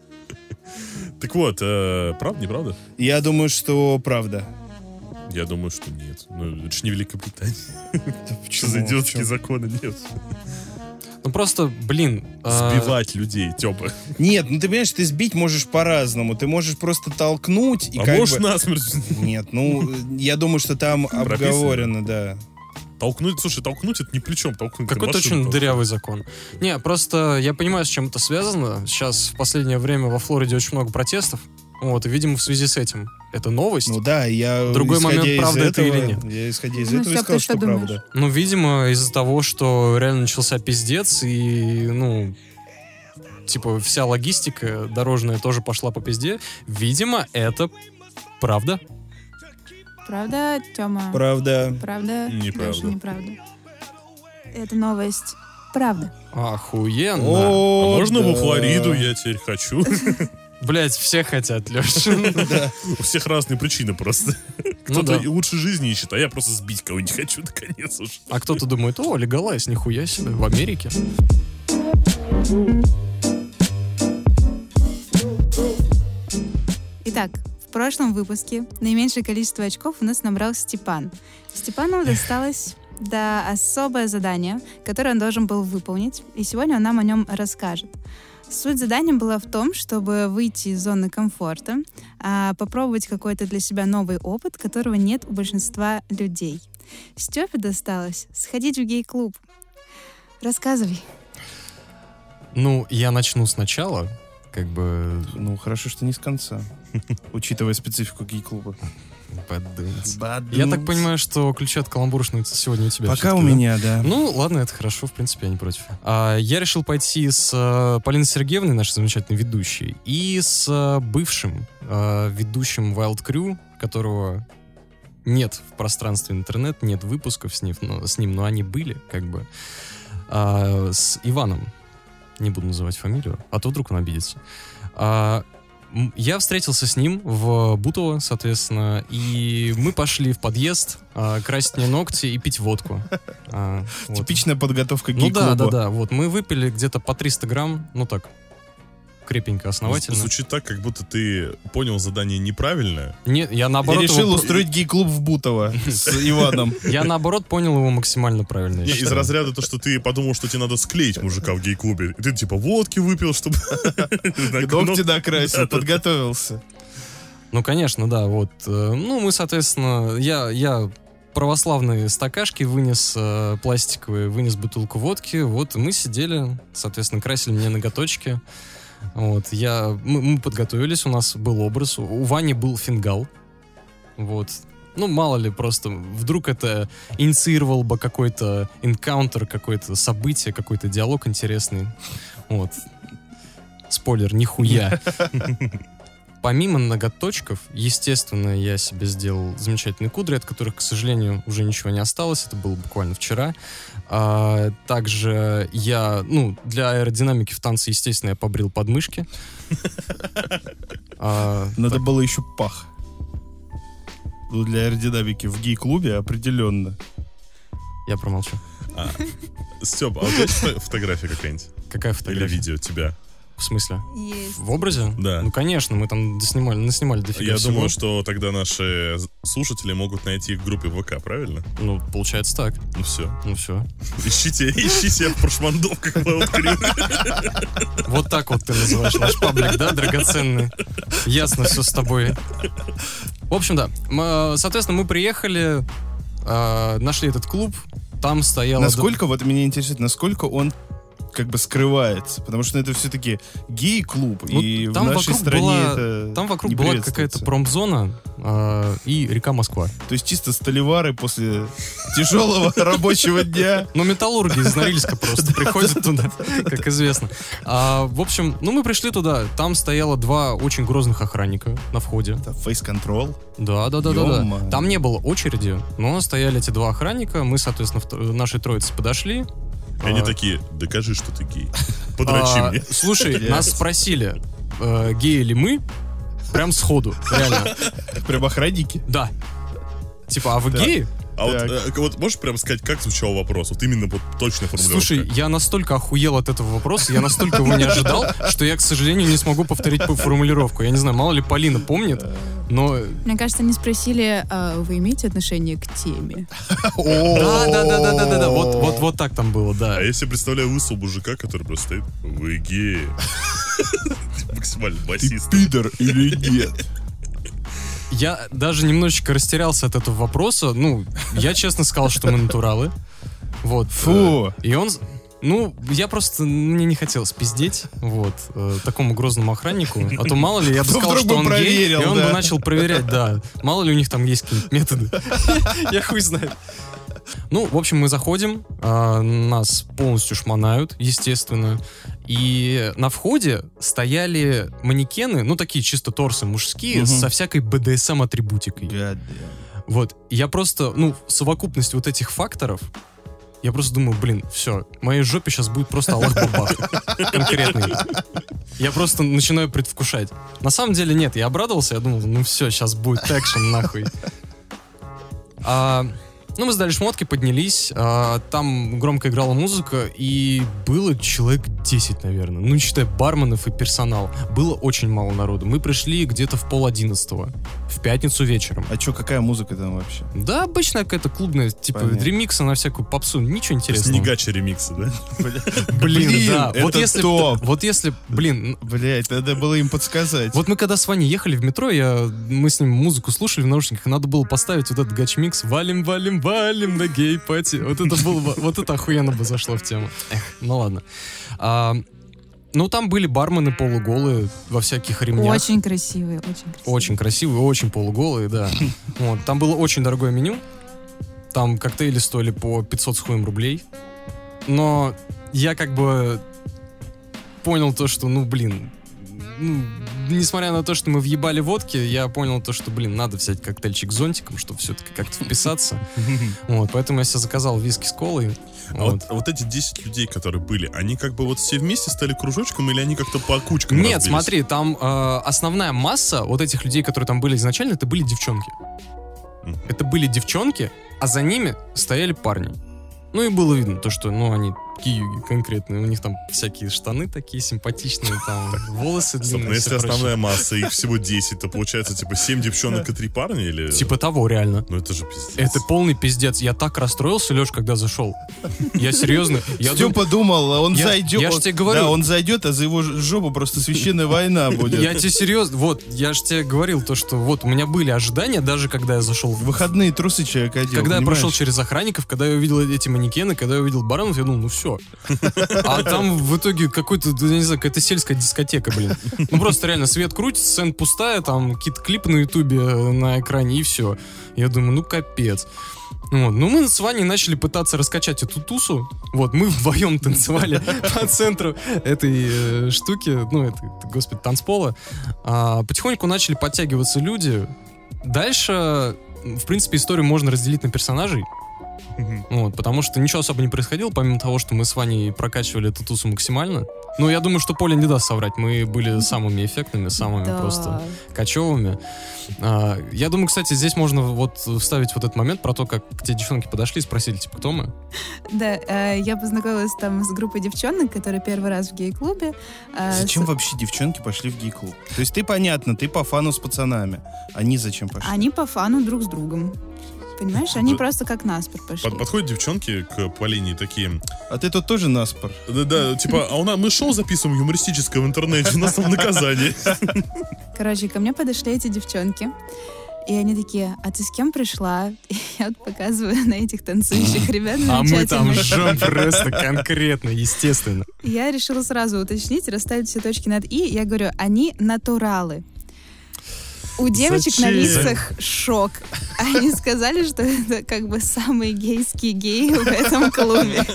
Так вот, правда, неправда? Я думаю, что правда. Я думаю, что нет. Ну, это ж не Великобритания. Да Что за идиотские законы? Нет. Ну просто, блин... Сбивать людей, Тёпа. Нет, ну ты понимаешь, ты сбить можешь по-разному. Ты можешь просто толкнуть и можешь насмерть. Нет, ну, я думаю, что там обговорено, да. Толкнуть, слушай, толкнуть это не плечом, толкнуть. Какой-то очень дырявый закон. Не, просто я понимаю, с чем это связано. Сейчас в последнее время во Флориде очень много протестов. Вот, и, видимо, в связи с этим. Это новость. Ну да, я... Другой момент, правда это или нет. Я, исходя из этого, сказал, что правда. Ну, видимо, из-за того, что реально начался пиздец, и, типа, вся логистика дорожная тоже пошла по пизде. Видимо, это правда. Правда, Тёма? Правда. Правда? Неправда. Лёша, неправда. Это новость. Правда. Охуенно. А можно во Флориду? Я теперь хочу. Блять, все хотят, Леша. У всех разные причины просто. Ну Кто-то да. и лучше жизни ищет, а я просто сбить кого-нибудь хочу, наконец уж. А кто-то думает, о, легалайз, нихуя себе, в Америке. Итак, в прошлом выпуске наименьшее количество очков у нас набрал Степан. Степану досталось особое задание, которое он должен был выполнить, и сегодня он нам о нем расскажет. Суть задания была в том, чтобы выйти из зоны комфорта, попробовать какой-то для себя новый опыт, которого нет у большинства людей. Степе досталось сходить в гей-клуб. Рассказывай. Ну, я начну сначала, как бы... Ну, хорошо, что не с конца. Учитывая специфику гей-клуба. Я так понимаю, что ключи от каламбуршной сегодня у тебя. Пока у меня, да. Ну, ладно, это хорошо, в принципе, я не против. Я решил пойти с Полиной Сергеевной, нашей замечательной ведущей, и с бывшим ведущим Wild Crew, которого нет в пространстве интернет, нет выпусков с ним, но они были, как бы, с Иваном. Не буду называть фамилию, а то вдруг он обидится. Я встретился с ним в Бутово, соответственно, и мы пошли в подъезд красить мне ногти и пить водку. Вот. Типичная подготовка Ну гей-клуба. да. Вот мы выпили где-то по 300 грамм, ну так, крепенько, основательно. Звучит так, как будто ты понял задание неправильно. Нет, я Я наоборот... решил его- устроить гей-клуб в Бутово с Иваном. Я наоборот понял его максимально правильно. я Не, из считаю. разряда то, что ты подумал, что тебе надо склеить мужика в гей-клубе. И ты типа водки выпил, чтобы... Ногти накрасил, подготовился. Ну, конечно, да, вот. Ну, мы, соответственно, я православные стакашки вынес, пластиковые, вынес бутылку водки, вот, и мы сидели, соответственно, красили мне ноготочки. Вот, мы подготовились, у нас был образ, у Вани был фингал, вот. Ну, мало ли, просто вдруг это инициировал бы какой-то энкаунтер, какое-то событие, какой-то диалог интересный. Вот. Спойлер, нихуя. Помимо ноготочков, естественно, я себе сделал замечательные кудри, от которых, к сожалению, уже ничего не осталось. Это было буквально вчера. Также для аэродинамики в танце, естественно, я побрил подмышки. Надо было еще пах. Ну, для аэродинамики в гей-клубе определенно. Я промолчу. Степ, а у тебя есть фотография какая-нибудь? Какая Или фотография? видео тебя? В смысле? Есть. В образе? Да. Ну, конечно, мы там наснимали дофига Я всего. думаю, что тогда наши слушатели могут найти их в группе ВК, правильно? Ну, получается так. Ну все. Ну, все. Ищите в прошмандовках Wild Crew. Вот так вот ты называешь наш паблик, да, драгоценный? Ясно все с тобой. В общем, да. Соответственно, мы приехали, нашли этот клуб, там стояло... Насколько, вот меня интересует, насколько он как бы скрывается, потому что это все-таки гей-клуб, Ну, и в там нашей вокруг стране была- это Там вокруг не была приветствуется. какая-то промзона и река Москва. То есть чисто столевары после тяжелого рабочего дня. Ну, металлурги из Норильска просто приходят туда, как известно. В общем, мы пришли туда, там стояло 2 очень грозных охранника на входе. Это фейс-контрол. Да. Ё-моё. Там не было очереди, но стояли эти 2 охранника, мы, соответственно, нашей троице подошли. И они такие, докажи, что ты гей. Подрочи мне. Слушай, нас спросили, геи ли мы, прям сходу, реально. Прям охранники. Да. Типа, а вы геи? А Так. вот можешь прям сказать, как звучал вопрос? Вот именно вот точно формулировка. Слушай, я настолько охуел от этого вопроса, я настолько его не ожидал, что я, к сожалению, не смогу повторить формулировку. Я не знаю, мало ли Полина помнит, но... Мне кажется, они спросили, вы имеете отношение к теме? Да. Вот так там было, да. А я себе представляю лысого мужика, который просто стоит, вы геи. Максимально басист. Пидор или нет? Я даже немножечко растерялся от этого вопроса. Ну, я честно сказал, что мы натуралы. Вот. Фу. И он... Ну, я просто... Мне не хотелось пиздеть, вот, такому грозному охраннику. А то мало ли, я бы Кто сказал, вдруг что бы он гей, проверил, и он да. бы начал проверять, да. Мало ли у них там есть какие-нибудь методы. Я хуй знает. Ну, в общем, мы заходим, нас полностью шмонают, естественно. И на входе стояли манекены, ну, такие чисто торсы мужские, со всякой BDSM-атрибутикой. Вот, я просто, ну, совокупность вот этих факторов, я просто думаю, блин, все, в моей жопе сейчас будет просто Аллах-бабах конкретный. Я просто начинаю предвкушать. На самом деле нет, я обрадовался, я думал, ну все, сейчас будет экшен нахуй. Ну, мы сдали шмотки, поднялись, там громко играла музыка, и было человек 10, наверное. Ну, не считая барменов и персонал. Было очень мало народу. Мы пришли где-то в 10:30, в пятницу вечером. А чё, какая музыка там вообще? Да, обычная какая-то клубная, типа ремикса на всякую попсу, ничего интересного. Снегача ремиксы, да? Блин, да. это топ. Вот если, блин... Блять, надо было им подсказать. Вот мы когда с Ваней ехали в метро, мы с ним музыку слушали в наушниках, и надо было поставить вот этот гач-микс «Валим, валим, валим на гей-пати». Вот это охуенно бы зашло в тему. Ну ладно. Ну, там были бармены полуголые во всяких ремнях. Очень красивые, очень красивые. Очень красивые, очень полуголые, да. Вот. Там было очень дорогое меню. Там коктейли стоили по 500 с хуем рублей. Но я как бы понял то, что, ну, блин, ну, несмотря на то, что мы въебали водки, я понял то, что, блин, надо взять коктейльчик с зонтиком, чтобы все-таки как-то вписаться. Вот, поэтому я себе заказал виски с колой. Вот эти 10 людей, которые были, они как бы вот все вместе стали кружочком или они как-то по кучкам Нет, разбились? смотри, там основная масса вот этих людей, которые там были изначально, это были девчонки. Это были девчонки, а за ними стояли парни. Ну и было видно то, что, ну, они такие конкретные, у них там всякие штаны такие симпатичные, там волосы длинные. Но если основная масса, их всего 10, то получается, типа, 7 девчонок и 3 парня, или... Типа того, реально. Ну это же пиздец. Это полный пиздец. Я так расстроился, Леш, когда зашел. Я серьезно. Степа думал, он зайдет. Я ж тебе говорю. Да, он зайдет, а за его жопу просто священная война будет. Я тебе серьезно. Вот, я же тебе говорил то, что вот у меня были ожидания, даже когда я зашел В выходные трусы человек одел, когда я понимаешь? прошел через охранников, когда я увидел эти манекены, когда я увидел баранов, я думал, ну все. А там в итоге какой-то, я не знаю, какая-то сельская дискотека, блин. Ну просто реально свет крутится, сцена пустая, там какие-то клипы на ютубе на экране, и все. Я думаю, ну капец. Вот. Ну, мы с Ваней начали пытаться раскачать эту тусу. Вот, мы вдвоем танцевали по центру этой штуки, ну, это, господи, танцпола. Потихоньку начали подтягиваться люди. Дальше, в принципе, историю можно разделить на персонажей. Вот, потому что ничего особо не происходило, помимо того, что мы с Ваней прокачивали эту тусу максимально. Ну, я думаю, что Поля не даст соврать. Мы были самыми эффектными, самыми просто качевыми. Я думаю, кстати, здесь можно вот вставить вот этот момент про то, как к тебе девчонки подошли и спросили, типа, кто мы? Да, я познакомилась там с группой девчонок, которые первый раз в гей-клубе. Зачем вообще девчонки пошли в гей-клуб? То есть ты, понятно, ты по фану с пацанами. Они зачем пошли? Они по фану друг с другом. Понимаешь, они просто как наспор пошли. Подходят девчонки к Полине такие... А ты тут тоже наспор? Да, типа, мы шоу записываем юмористическое в интернете, у нас там наказание. Короче, ко мне подошли эти девчонки, и они такие, а ты с кем пришла? И я вот показываю на этих танцующих ребят А мы там замечательных. жжем просто конкретно, естественно. Я решила сразу уточнить, расставить все точки над «и». Я говорю, они натуралы. У девочек на Зачем? лицах шок. Они сказали, что это как бы самые гейские геи в этом клубе.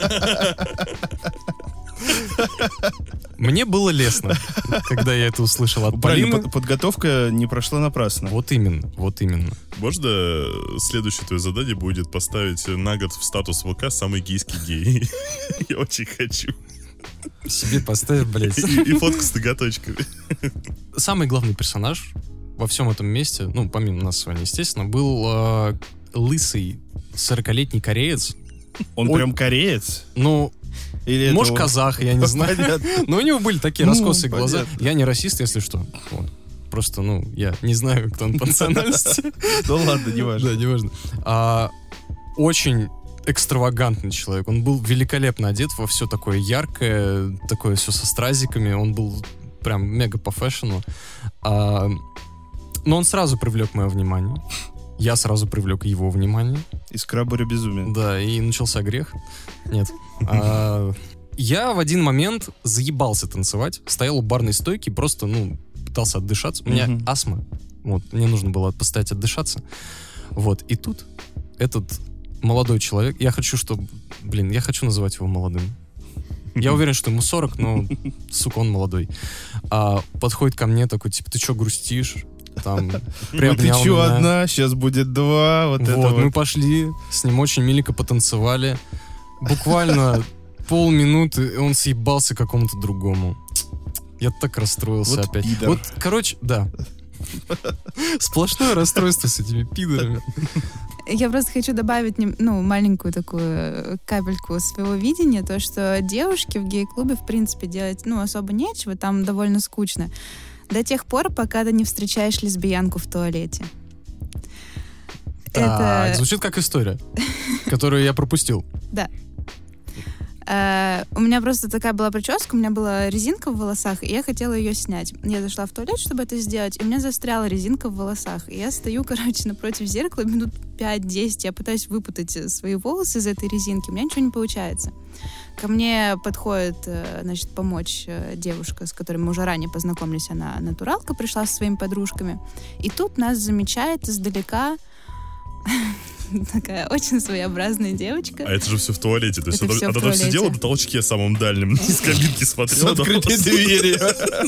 Мне было лестно, когда я это услышал от Правильно, Полины. подготовка не прошла напрасно. Вот именно, вот именно. Можно следующее твое задание будет поставить на год в статус ВК «Самый гейский гей». Я очень хочу. Себе поставь, блядь. И фотку с ноготочками. Самый главный персонаж во всем этом месте, ну, помимо нас с вами, естественно, был лысый 40-летний кореец. Он прям кореец? Ну, Или может, это он? казах, я не знаю. Понятно. Но у него были такие Ну, раскосые глаза. понятно. Я не расист, если что. Вот. Просто, ну, я не знаю, кто он по национальности. Ну ладно, не важно. Да, неважно. Очень экстравагантный человек. Он был великолепно одет во все такое яркое, такое все со стразиками. Он был прям мега по фэшну. Но он сразу привлек мое внимание. Я сразу привлек его внимание. Из крабаря безумия. Да, и начался грех. Нет. Я в один момент заебался танцевать. Стоял у барной стойки, просто, ну, пытался отдышаться. У меня астма. Вот, мне нужно было постоять отдышаться. Вот, и тут этот молодой человек. Я хочу называть его молодым. Я уверен, что ему 40, но, сука, он молодой. Подходит ко мне такой, типа, ты что, грустишь? Там, Ну ты приобнял чё, меня. одна? Сейчас будет два. Вот это Мы вот. пошли, с ним очень миленько потанцевали. Буквально полминуты, и он съебался к какому-то другому. Я так расстроился Вот опять. пидор. Вот, короче, да. Сплошное расстройство с этими пидорами. Я просто хочу добавить маленькую такую капельку своего видения, то, что девушки в гей-клубе, в принципе, делать особо нечего, там довольно скучно. До тех пор, пока ты не встречаешь лесбиянку в туалете. Так, звучит как история, которую я пропустил. Да. У меня просто такая была прическа, у меня была резинка в волосах, и я хотела ее снять. Я зашла в туалет, чтобы это сделать, и у меня застряла резинка в волосах. И я стою, напротив зеркала, минут 5-10, я пытаюсь выпутать свои волосы из этой резинки, у меня ничего не получается. Ко мне подходит, помочь девушка, с которой мы уже ранее познакомились, она натуралка, пришла со своими подружками. И тут нас замечает издалека такая очень своеобразная девочка. А это же все в туалете. То есть Это всё в она там туалете. сидела на толчке самом дальнем, из кабинки С смотрела. открытой дверью.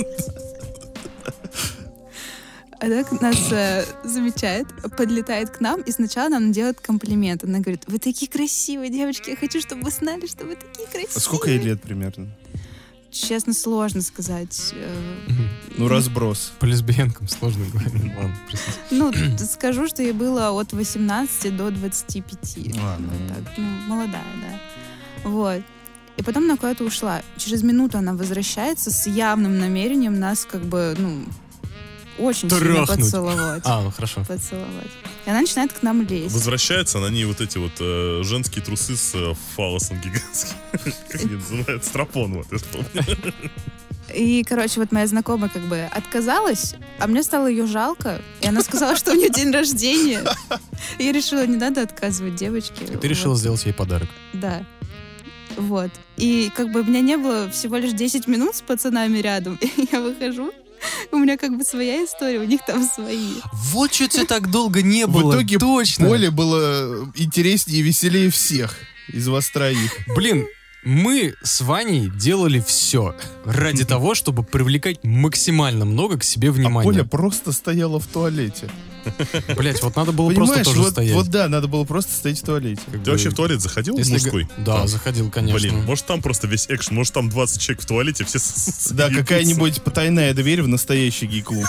Она нас замечает, подлетает к нам, и сначала нам делает комплимент. Она говорит: вы такие красивые, девочки, я хочу, чтобы вы знали, что вы такие красивые. А сколько ей лет примерно? Честно, сложно сказать. Ну, разброс. По лесбиянкам сложно говорить. Ладно, простите. Скажу, что ей было от 18 до 25. Ладно. Вот так, молодая, да. Вот. И потом она куда-то ушла. Через минуту она возвращается с явным намерением нас очень сильно Трахнуть. поцеловать. Ну хорошо. Поцеловать. И она начинает к нам лезть. Возвращается, на ней вот эти вот женские трусы с фалосом гигантским. Как они называют? Стропон, вот, я вспомнил. И, вот моя знакомая отказалась, а мне стало ее жалко. И она сказала, что у нее день рождения. И я решила, не надо отказывать девочке. Ты решила сделать ей подарок. Да. Вот. И у меня не было всего лишь 10 минут с пацанами рядом. И я выхожу, у меня своя история, у них там свои. Вот что тебе так долго не было. В итоге точно. Поле было интереснее и веселее всех из вас троих. Блин, мы с Ваней делали все ради того, чтобы привлекать максимально много к себе А внимания. Поля просто стояла в туалете. Блять, вот надо было Понимаешь, просто тоже стоять. вот да, надо было просто стоять в туалете. Ты вообще в туалет заходил мужской? Да, Там. заходил, конечно. Блин, может там просто весь экшен, может там 20 человек в туалете, все Да, съебутся. какая-нибудь потайная дверь в настоящий гей-клуб,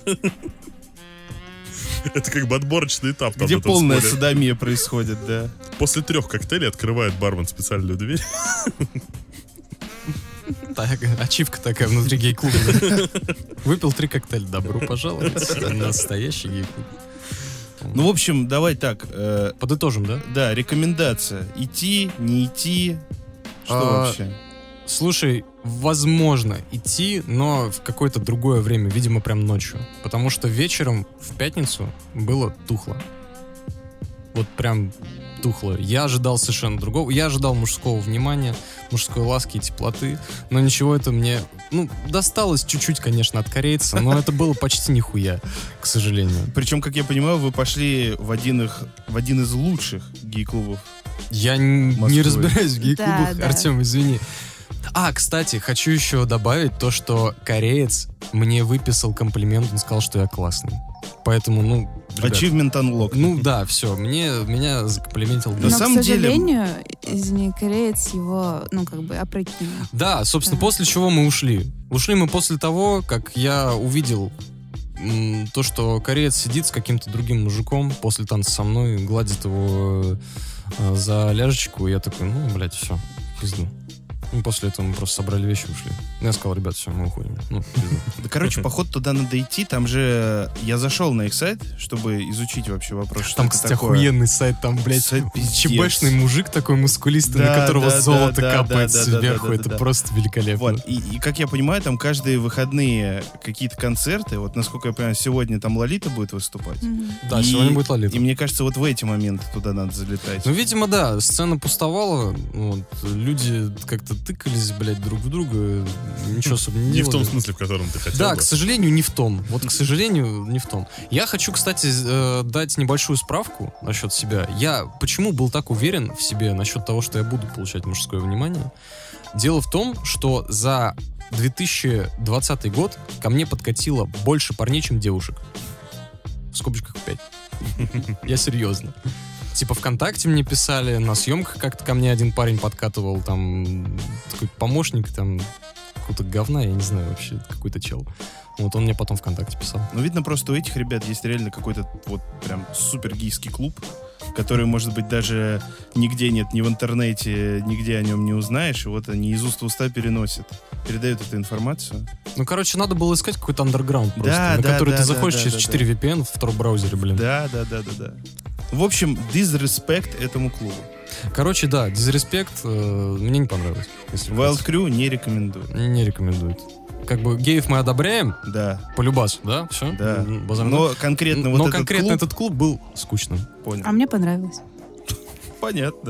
Это отборочный этап. Там, где в этом полная спойлере. содомия происходит, да. После 3 коктейлей открывает бармен специальную дверь. Так, ачивка такая внутри гей-клуба. да. Выпил 3 коктейля. Добро пожаловать на настоящий гей-клуб. Ну, в общем, давай так. Подытожим, да? Да, рекомендация. Идти, не идти. Что вообще? Слушай, возможно идти, но в какое-то другое время, видимо, прям ночью. Потому что вечером в пятницу было тухло. Вот прям тухло. Я ожидал совершенно другого. Я ожидал мужского внимания, мужской ласки и теплоты. Но ничего это мне... досталось чуть-чуть, конечно, от корейца, но это было почти нихуя, к сожалению. Причем, как я понимаю, вы пошли в один из лучших гей-клубов. Я не Москвы. разбираюсь в гей-клубах, Да. Артем, извини. Кстати, хочу еще добавить то, что кореец мне выписал комплимент, он сказал, что я классный. Поэтому, ребят, Achievement Unlocked. да, все, меня закомплиментил. На Но, самом к деле- сожалению, извини, кореец его, опрокинул. Да, собственно, Да. после чего мы ушли. Ушли мы после того, как я увидел то, что кореец сидит с каким-то другим мужиком после танца со мной, гладит его за ляжечку, и я такой, блядь, все, пизду. И после этого мы просто собрали вещи и ушли. Я сказал, ребят, все, мы уходим. Пизду. Да, короче, походу туда надо идти. Там же я зашел на их сайт, чтобы изучить вообще вопрос, что Там, это кстати, такое. охуенный сайт, там, блядь, Сайт пиздец. чебешный мужик такой мускулистый, на Да, которого да, золото да, капает да, да, да, сверху. да, да, Это да. просто великолепно. Вот, и как я понимаю, там каждые выходные какие-то концерты. Вот, насколько я понимаю, сегодня там Лолита будет выступать. Да, И- сегодня будет Лолита. И мне кажется, вот в эти моменты туда надо залетать. Ну, видимо, да, сцена пустовала, люди как-то тыкались, блядь, друг в друга, ничего особо не Не в том делали. смысле, в котором ты хотел Да, бы. к сожалению, не в том. Вот, к сожалению, не в том. Я хочу, кстати, дать небольшую справку насчет себя. Я почему был так уверен в себе насчет того, что я буду получать мужское внимание? Дело в том, что за 2020 год ко мне подкатило больше парней, чем девушек. В скобочках 5. Я серьезно. Типа ВКонтакте мне писали, на съемках как-то ко мне один парень подкатывал, там, такой помощник, там, какого-то говна, я не знаю вообще, какой-то чел. Вот он мне потом ВКонтакте писал. Ну, видно, просто у этих ребят есть реально какой-то вот прям супер гейский клуб, который, может быть, даже нигде нет, ни в интернете, нигде о нем не узнаешь, и вот они из уст в уста переносят, передают эту информацию. Ну, короче, надо было искать какой-то андерграунд просто, Да, на да, который да, ты да, заходишь да, через да, 4 VPN в втором браузере, блин. Да. В общем, disrespect этому клубу. Короче, да, Disrespect мне не понравилось. Если Wild вкратце. Crew не рекомендую. Не рекомендует. Как бы геев мы одобряем, Да, по любасу, да? Все? да. Но конкретно вот Но этот конкретно клуб... этот клуб был скучным. Понял. А мне понравилось. Понятно.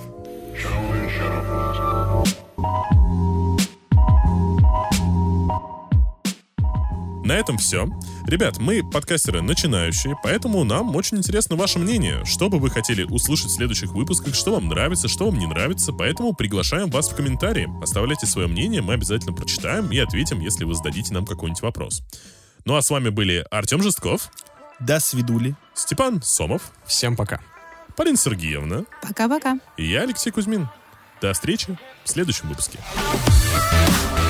На этом все. Ребят, мы подкастеры начинающие, поэтому нам очень интересно ваше мнение. Что бы вы хотели услышать в следующих выпусках, что вам нравится, что вам не нравится, поэтому приглашаем вас в комментарии. Оставляйте свое мнение, мы обязательно прочитаем и ответим, если вы зададите нам какой-нибудь вопрос. Ну а с вами были Артем Жестков, До свидули. Степан Сомов, Всем пока. Полина Сергеевна Пока-пока. и я, Алексей Кузьмин. До встречи в следующем выпуске.